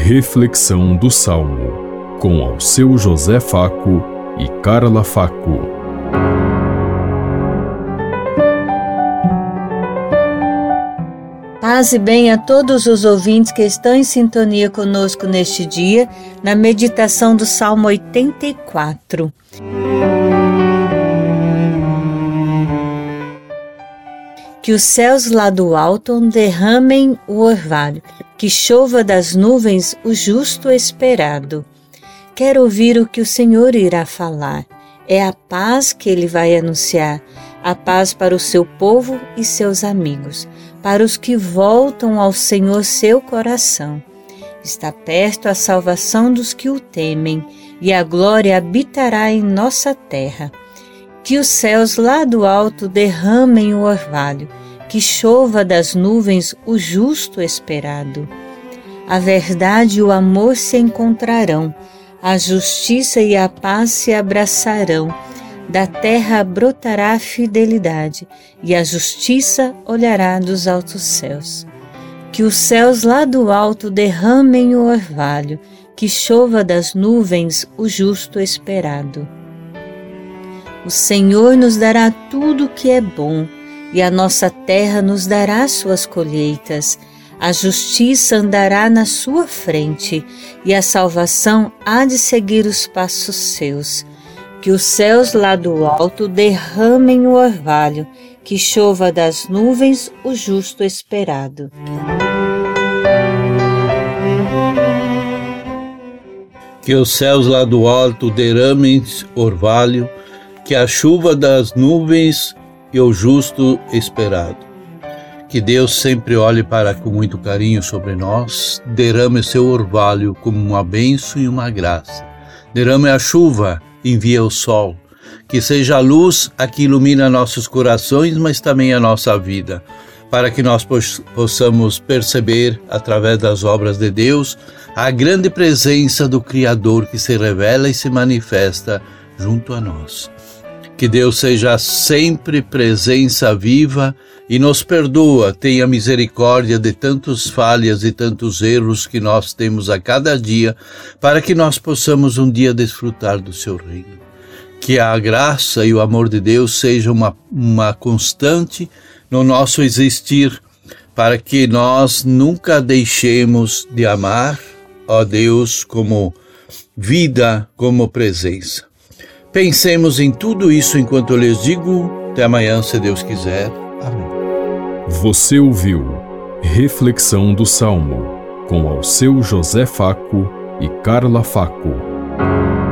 Reflexão do Salmo, com Alceu José Faco e Carla Faco. Paz e bem a todos os ouvintes que estão em sintonia conosco neste dia, na meditação do Salmo 84. Que os céus lá do alto derramem o orvalho, que chova das nuvens o justo esperado. Quero ouvir o que o Senhor irá falar. É a paz que Ele vai anunciar, a paz para o seu povo e seus amigos, para os que voltam ao Senhor seu coração. Está perto a salvação dos que o temem, e a glória habitará em nossa terra. Que os céus lá do alto derramem o orvalho, que chova das nuvens o justo esperado. A verdade e o amor se encontrarão, a justiça e a paz se abraçarão. Da terra brotará a fidelidade, e a justiça olhará dos altos céus. Que os céus lá do alto derramem o orvalho, que chova das nuvens o justo esperado. O Senhor nos dará tudo o que é bom, e a nossa terra nos dará suas colheitas. A justiça andará na sua frente, e a salvação há de seguir os passos seus. Que os céus lá do alto derramem o orvalho, que chova das nuvens o justo esperado. Que os céus lá do alto derramem orvalho, que a chuva das nuvens e o justo esperado. Que Deus sempre olhe com muito carinho sobre nós, derrame seu orvalho como uma bênção e uma graça. Derrame a chuva, envia o sol, que seja a luz a que ilumina nossos corações, mas também a nossa vida, para que nós possamos perceber, através das obras de Deus, a grande presença do Criador que se revela e se manifesta junto a nós. Que Deus seja sempre presença viva e nos perdoa, tenha misericórdia de tantas falhas e tantos erros que nós temos a cada dia, para que nós possamos um dia desfrutar do seu reino. Que a graça e o amor de Deus sejam uma constante no nosso existir, para que nós nunca deixemos de amar a Deus como vida, como presença. Pensemos em tudo isso enquanto eu lhes digo. Até amanhã, se Deus quiser. Amém. Você ouviu Reflexão do Salmo, com Alceu José Faco e Carla Faco.